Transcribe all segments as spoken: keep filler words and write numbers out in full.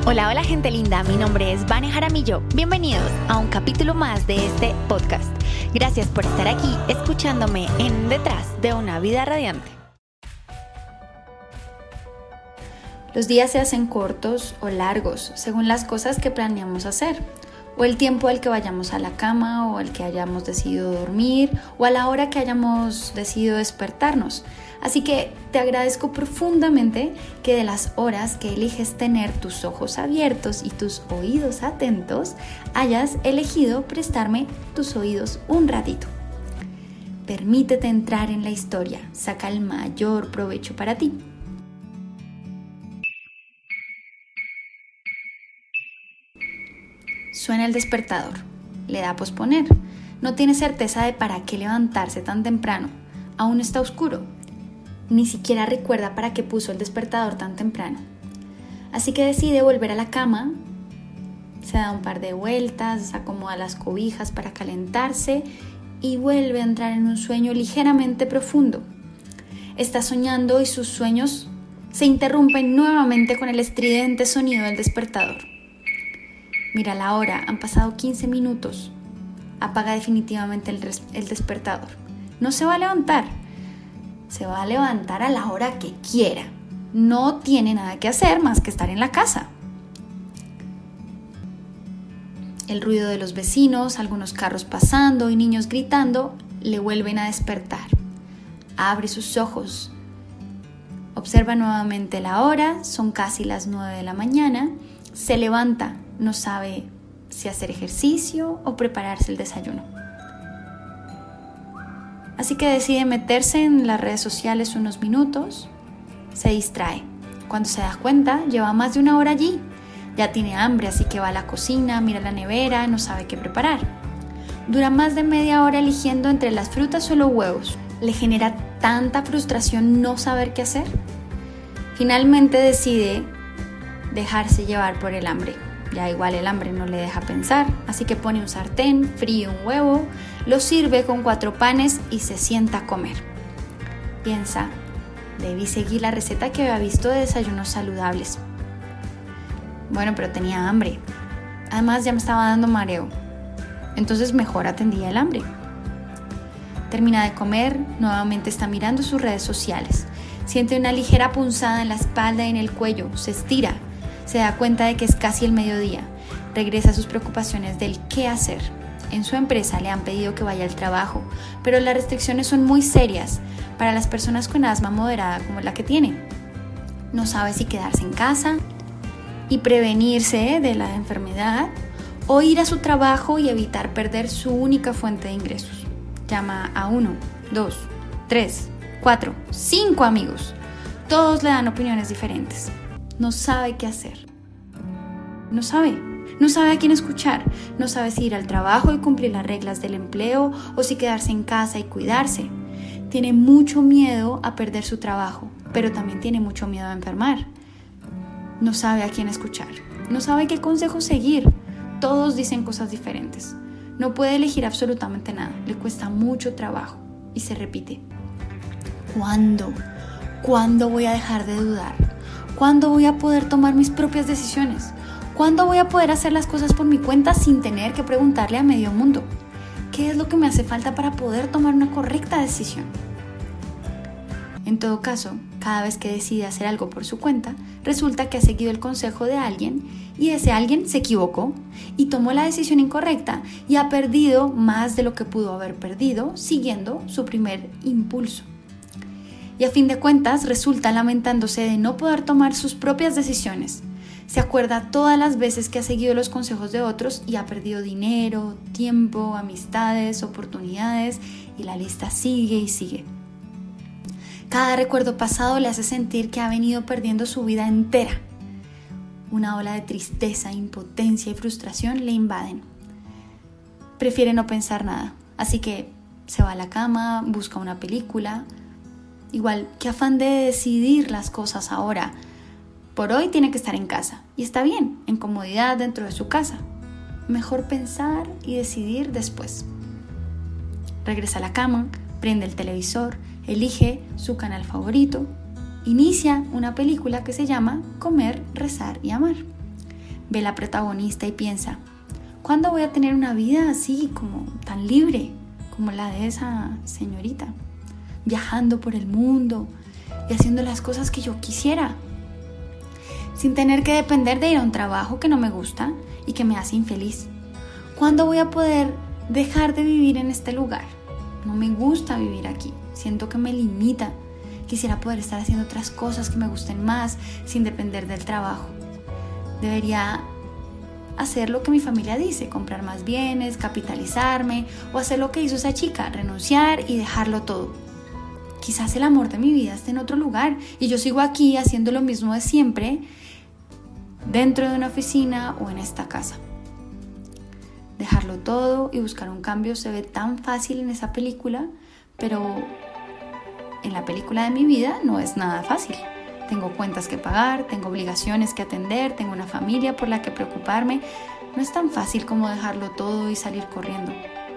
Hola, hola gente linda, mi nombre es Vane Jaramillo. Bienvenidos a un capítulo más de este podcast. Gracias por estar aquí escuchándome en Detrás de una vida radiante. Los días se hacen cortos o largos según las cosas que planeamos hacer, o el tiempo al que vayamos a la cama, o al que hayamos decidido dormir, o a la hora que hayamos decidido despertarnos. Así que te agradezco profundamente que de las horas que eliges tener tus ojos abiertos y tus oídos atentos, hayas elegido prestarme tus oídos un ratito. Permítete entrar en la historia, saca el mayor provecho para ti. Suena el despertador, le da a posponer. No tiene certeza de para qué levantarse tan temprano, aún está oscuro. Ni siquiera recuerda para qué puso el despertador tan temprano. Así que decide volver a la cama, se da un par de vueltas, acomoda las cobijas para calentarse y vuelve a entrar en un sueño ligeramente profundo. Está soñando y sus sueños se interrumpen nuevamente con el estridente sonido del despertador. Mira la hora, han pasado quince minutos. Apaga definitivamente el, res- el despertador. No se va a levantar. Se va a levantar a la hora que quiera. No tiene nada que hacer más que estar en la casa. El ruido de los vecinos, algunos carros pasando y niños gritando le vuelven a despertar. Abre sus ojos. Observa nuevamente la hora, son casi las nueve de la mañana. Se levanta, no sabe si hacer ejercicio o prepararse el desayuno. Así que decide meterse en las redes sociales unos minutos, se distrae. Cuando se da cuenta, lleva más de una hora allí. Ya tiene hambre, así que va a la cocina, mira la nevera, no sabe qué preparar. Dura más de media hora eligiendo entre las frutas o los huevos. Le genera tanta frustración no saber qué hacer. Finalmente decide dejarse llevar por el hambre. Ya igual el hambre no le deja pensar, así que pone un sartén, fríe un huevo, lo sirve con cuatro panes y se sienta a comer. Piensa, debí seguir la receta que había visto de desayunos saludables. Bueno, pero tenía hambre. Además ya me estaba dando mareo. Entonces mejor atendía el hambre. Termina de comer, nuevamente está mirando sus redes sociales. Siente una ligera punzada en la espalda y en el cuello, se estira. Se da cuenta de que es casi el mediodía. Regresa a sus preocupaciones del qué hacer. En su empresa le han pedido que vaya al trabajo, pero las restricciones son muy serias para las personas con asma moderada como la que tiene. No sabe si quedarse en casa y prevenirse de la enfermedad o ir a su trabajo y evitar perder su única fuente de ingresos. Llama a uno, dos, tres, cuatro, cinco amigos. Todos le dan opiniones diferentes. No sabe qué hacer. No sabe. No sabe a quién escuchar. No sabe si ir al trabajo y cumplir las reglas del empleo o si quedarse en casa y cuidarse. Tiene mucho miedo a perder su trabajo, pero también tiene mucho miedo a enfermar. No sabe a quién escuchar. No sabe qué consejo seguir. Todos dicen cosas diferentes. No puede elegir absolutamente nada. Le cuesta mucho trabajo y se repite. ¿Cuándo? ¿Cuándo voy a dejar de dudar? ¿Cuándo voy a poder tomar mis propias decisiones? ¿Cuándo voy a poder hacer las cosas por mi cuenta sin tener que preguntarle a medio mundo? ¿Qué es lo que me hace falta para poder tomar una correcta decisión? En todo caso, cada vez que decide hacer algo por su cuenta, resulta que ha seguido el consejo de alguien y ese alguien se equivocó y tomó la decisión incorrecta y ha perdido más de lo que pudo haber perdido siguiendo su primer impulso. Y a fin de cuentas resulta lamentándose de no poder tomar sus propias decisiones. Se acuerda todas las veces que ha seguido los consejos de otros y ha perdido dinero, tiempo, amistades, oportunidades y la lista sigue y sigue. Cada recuerdo pasado le hace sentir que ha venido perdiendo su vida entera. Una ola de tristeza, impotencia y frustración le invaden. Prefiere no pensar nada, así que se va a la cama, busca una película. Igual, qué afán de decidir las cosas ahora. Por hoy tiene que estar en casa. Y está bien, en comodidad dentro de su casa. Mejor pensar y decidir después. Regresa a la cama, prende el televisor, elige su canal favorito, inicia una película que se llama Comer, Rezar y Amar. ve la protagonista y piensa, ¿cuándo voy a tener una vida así como tan libre como la de esa señorita? Viajando por el mundo y haciendo las cosas que yo quisiera, sin tener que depender de ir a un trabajo que no me gusta y que me hace infeliz. ¿Cuándo voy a poder dejar de vivir en este lugar? No me gusta vivir aquí, siento que me limita. Quisiera poder estar haciendo otras cosas que me gusten más sin depender del trabajo. Debería hacer lo que mi familia dice, comprar más bienes, capitalizarme o hacer lo que hizo esa chica, renunciar y dejarlo todo. Quizás el amor de mi vida esté en otro lugar y yo sigo aquí haciendo lo mismo de siempre dentro de una oficina o en esta casa. Dejarlo todo y buscar un cambio se ve tan fácil en esa película, pero en la película de mi vida no es nada fácil. Tengo cuentas que pagar, tengo obligaciones que atender, tengo una familia por la que preocuparme. No es tan fácil como dejarlo todo y salir corriendo.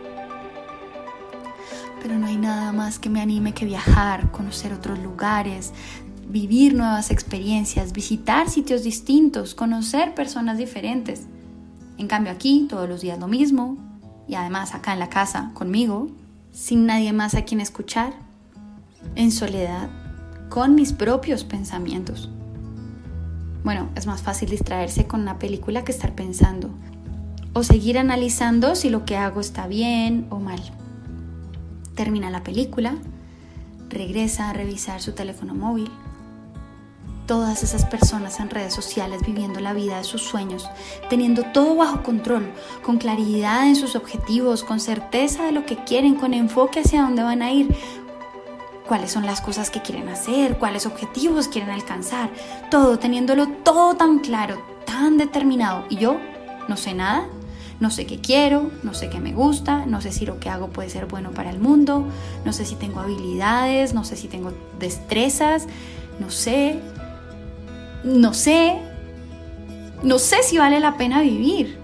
Pero no hay nada más que me anime que viajar, conocer otros lugares, vivir nuevas experiencias, visitar sitios distintos, conocer personas diferentes. En cambio aquí todos los días lo mismo y además acá en la casa conmigo, sin nadie más a quien escuchar, en soledad, con mis propios pensamientos. Bueno, es más fácil distraerse con una película que estar pensando o seguir analizando si lo que hago está bien o mal. Termina la película, regresa a revisar su teléfono móvil. Todas esas personas en redes sociales viviendo la vida de sus sueños, teniendo todo bajo control, con claridad en sus objetivos, con certeza de lo que quieren, con enfoque hacia dónde van a ir, cuáles son las cosas que quieren hacer, cuáles objetivos quieren alcanzar, todo, teniéndolo todo tan claro, tan determinado. Y yo no sé nada, no sé qué quiero, no sé qué me gusta, no sé si lo que hago puede ser bueno para el mundo, no sé si tengo habilidades, no sé si tengo destrezas, no sé, no sé, no sé si vale la pena vivir.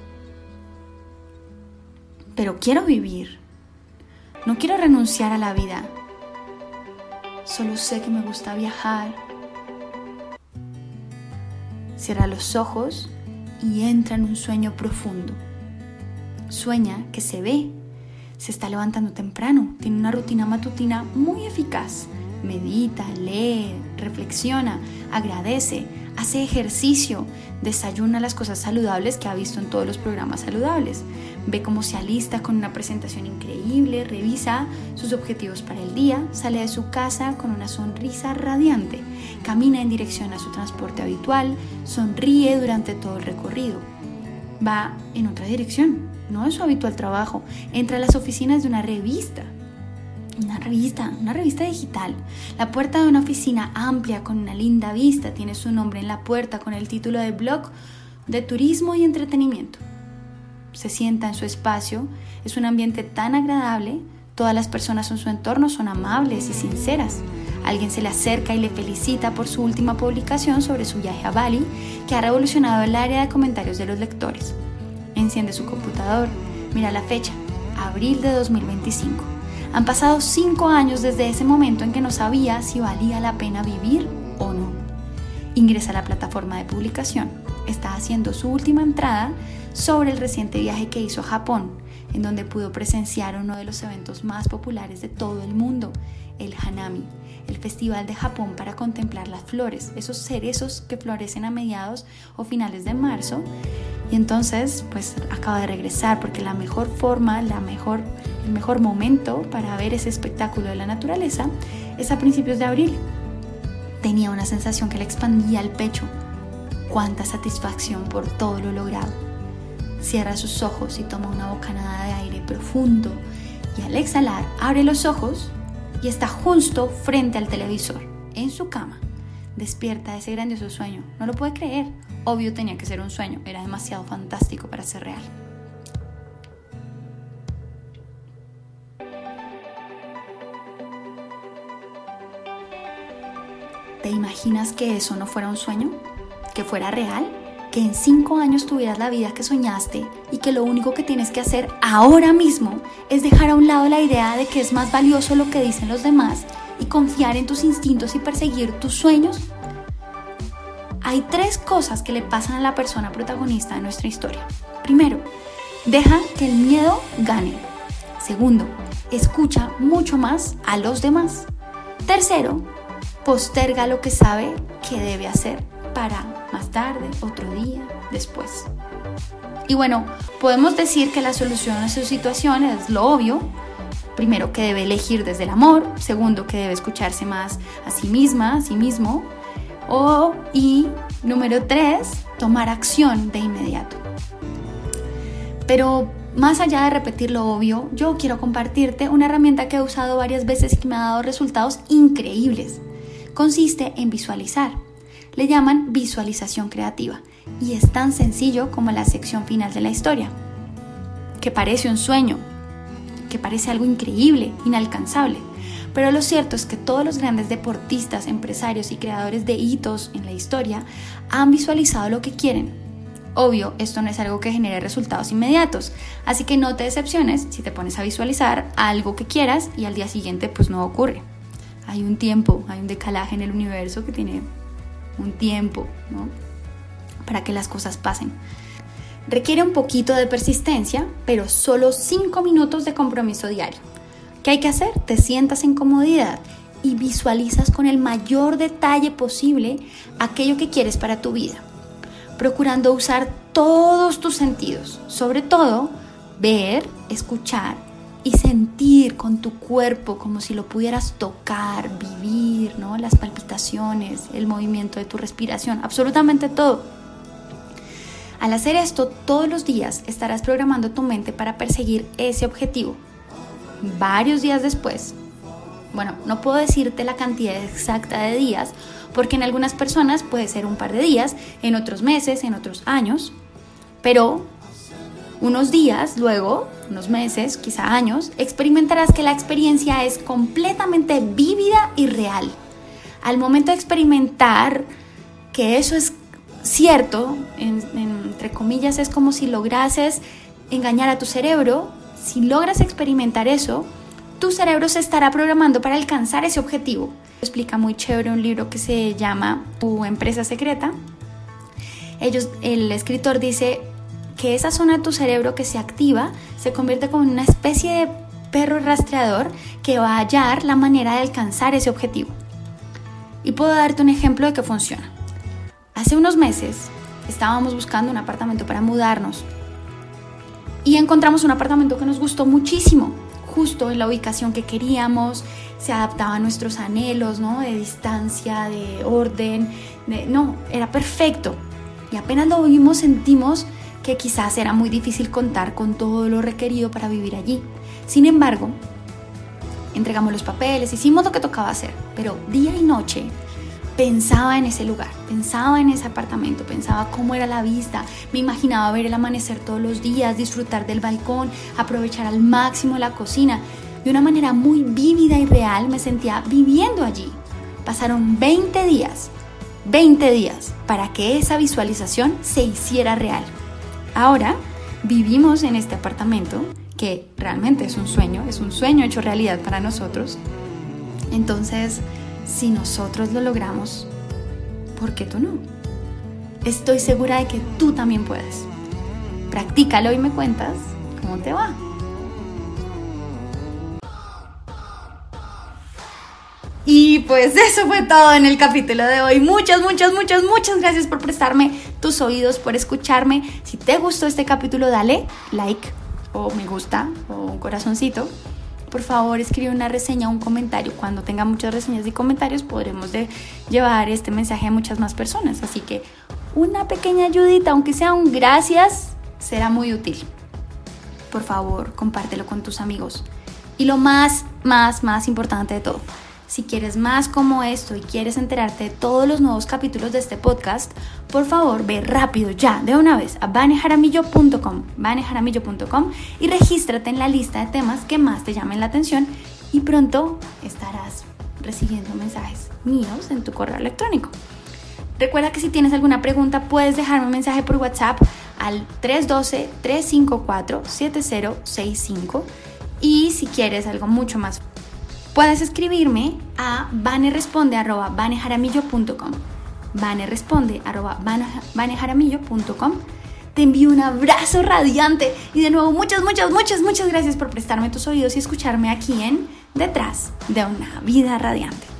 Pero quiero vivir, no quiero renunciar a la vida. Solo sé que me gusta viajar. Cierra los ojos y entra en un sueño profundo. Sueña que se ve, se está levantando temprano, tiene una rutina matutina muy eficaz. Medita, lee, reflexiona, agradece, hace ejercicio, desayuna las cosas saludables que ha visto en todos los programas saludables. Ve cómo se alista con una presentación increíble, revisa sus objetivos para el día, sale de su casa con una sonrisa radiante, camina en dirección a su transporte habitual, sonríe durante todo el recorrido. Va en otra dirección, no en su habitual trabajo, entra a las oficinas de una revista. Una revista, una revista digital. La puerta de una oficina amplia con una linda vista tiene su nombre en la puerta con el título de blog de turismo y entretenimiento. Se sienta en su espacio, es un ambiente tan agradable, todas las personas en su entorno son amables y sinceras. Alguien se le acerca y le felicita por su última publicación sobre su viaje a Bali, que ha revolucionado el área de comentarios de los lectores. Enciende su computador, mira la fecha, abril de dos mil veinticinco. Han pasado cinco años desde ese momento en que no sabía si valía la pena vivir o no. Ingresa a la plataforma de publicación. Está haciendo su última entrada sobre el reciente viaje que hizo a Japón, en donde pudo presenciar uno de los eventos más populares de todo el mundo, el Hanami, el festival de Japón para contemplar las flores, esos cerezos que florecen a mediados o finales de marzo. Y entonces, pues acaba de regresar porque la mejor forma, la mejor, el mejor momento para ver ese espectáculo de la naturaleza es a principios de abril. Tenía una sensación que le expandía el pecho. Cuánta satisfacción por todo lo logrado. Cierra sus ojos y toma una bocanada de aire profundo y al exhalar abre los ojos y está justo frente al televisor, en su cama. Despierta de ese grandioso sueño. No lo puede creer. Obvio tenía que ser un sueño. Era demasiado fantástico para ser real. ¿Te imaginas que eso no fuera un sueño? ¿Que fuera real? ¿Que en cinco años tuvieras la vida que soñaste y que lo único que tienes que hacer ahora mismo es dejar a un lado la idea de que es más valioso lo que dicen los demás y confiar en tus instintos y perseguir tus sueños? Hay tres cosas que le pasan a la persona protagonista de nuestra historia. Primero, deja que el miedo gane. Segundo, escucha mucho más a los demás. Tercero, posterga lo que sabe que debe hacer para más tarde, otro día, después. Y bueno, podemos decir que la solución a su situación es lo obvio. Primero, que debe elegir desde el amor. Segundo, que debe escucharse más a sí misma, a sí mismo. O, y número tres, tomar acción de inmediato. Pero más allá de repetir lo obvio, yo quiero compartirte una herramienta que he usado varias veces y que me ha dado resultados increíbles. Consiste en visualizar. Le llaman visualización creativa y es tan sencillo como la sección final de la historia, que parece un sueño, que parece algo increíble, inalcanzable. Pero lo cierto es que todos los grandes deportistas, empresarios y creadores de hitos en la historia han visualizado lo que quieren. Obvio, esto no es algo que genere resultados inmediatos, así que no te decepciones si te pones a visualizar algo que quieras y al día siguiente pues no ocurre. Hay un tiempo, hay un decalaje en el universo que tiene un tiempo, ¿no?, para que las cosas pasen. Requiere un poquito de persistencia, pero solo cinco minutos de compromiso diario. ¿Qué hay que hacer? Te sientas en comodidad y visualizas con el mayor detalle posible aquello que quieres para tu vida, procurando usar todos tus sentidos, sobre todo ver, escuchar y sentir con tu cuerpo como si lo pudieras tocar, vivir, ¿no?, las palpitaciones, el movimiento de tu respiración, absolutamente todo. Al hacer esto todos los días estarás programando tu mente para perseguir ese objetivo. Varios días después, bueno, no puedo decirte la cantidad exacta de días, porque en algunas personas puede ser un par de días, en otros meses, en otros años, pero unos días luego, unos meses, quizá años, experimentarás que la experiencia es completamente vívida y real. Al momento de experimentar que eso es cierto, en, en, entre comillas, es como si lograses engañar a tu cerebro. Si logras experimentar eso, tu cerebro se estará programando para alcanzar ese objetivo. Explica muy chévere un libro que se llama Tu empresa secreta. Ellos, el escritor dice que esa zona de tu cerebro que se activa se convierte como en una especie de perro rastreador que va a hallar la manera de alcanzar ese objetivo. Y puedo darte un ejemplo de que funciona. Hace unos meses estábamos buscando un apartamento para mudarnos y encontramos un apartamento que nos gustó muchísimo, justo en la ubicación que queríamos, se adaptaba a nuestros anhelos, ¿no?, de distancia, de orden, de... no, era perfecto. Y apenas lo vimos sentimos que quizás era muy difícil contar con todo lo requerido para vivir allí. Sin embargo, entregamos los papeles, hicimos lo que tocaba hacer, pero día y noche pensaba en ese lugar, pensaba en ese apartamento, pensaba cómo era la vista, me imaginaba ver el amanecer todos los días, disfrutar del balcón, aprovechar al máximo la cocina. De una manera muy vívida y real me sentía viviendo allí. Pasaron veinte días, veinte días para que esa visualización se hiciera real. Ahora vivimos en este apartamento que realmente es un sueño, es un sueño hecho realidad para nosotros. Entonces, si nosotros lo logramos, ¿por qué tú no? Estoy segura de que tú también puedes. Practícalo y me cuentas cómo te va. Y pues eso fue todo en el capítulo de hoy. Muchas, muchas, muchas, muchas gracias por prestarme tus oídos, por escucharme. Si te gustó este capítulo, dale like o me gusta o un corazoncito. Por favor, escribe una reseña o un comentario. Cuando tenga muchas reseñas y comentarios, podremos de llevar este mensaje a muchas más personas. Así que una pequeña ayudita, aunque sea un gracias, será muy útil. Por favor, compártelo con tus amigos. Y lo más, más, más importante de todo, si quieres más como esto y quieres enterarte de todos los nuevos capítulos de este podcast, por favor ve rápido ya de una vez a vane jaramillo punto com, vane jaramillo punto com y regístrate en la lista de temas que más te llamen la atención y pronto estarás recibiendo mensajes míos en tu correo electrónico. Recuerda que si tienes alguna pregunta puedes dejarme un mensaje por WhatsApp al tres uno dos, tres cinco cuatro, siete cero seis cinco y si quieres algo mucho más puedes escribirme a vaneresponde arroba vane jaramillo punto com. vaneresponde arroba vanejaramillo punto com. Te envío un abrazo radiante y de nuevo muchas, muchas, muchas, muchas gracias por prestarme tus oídos y escucharme aquí en Detrás de una Vida Radiante.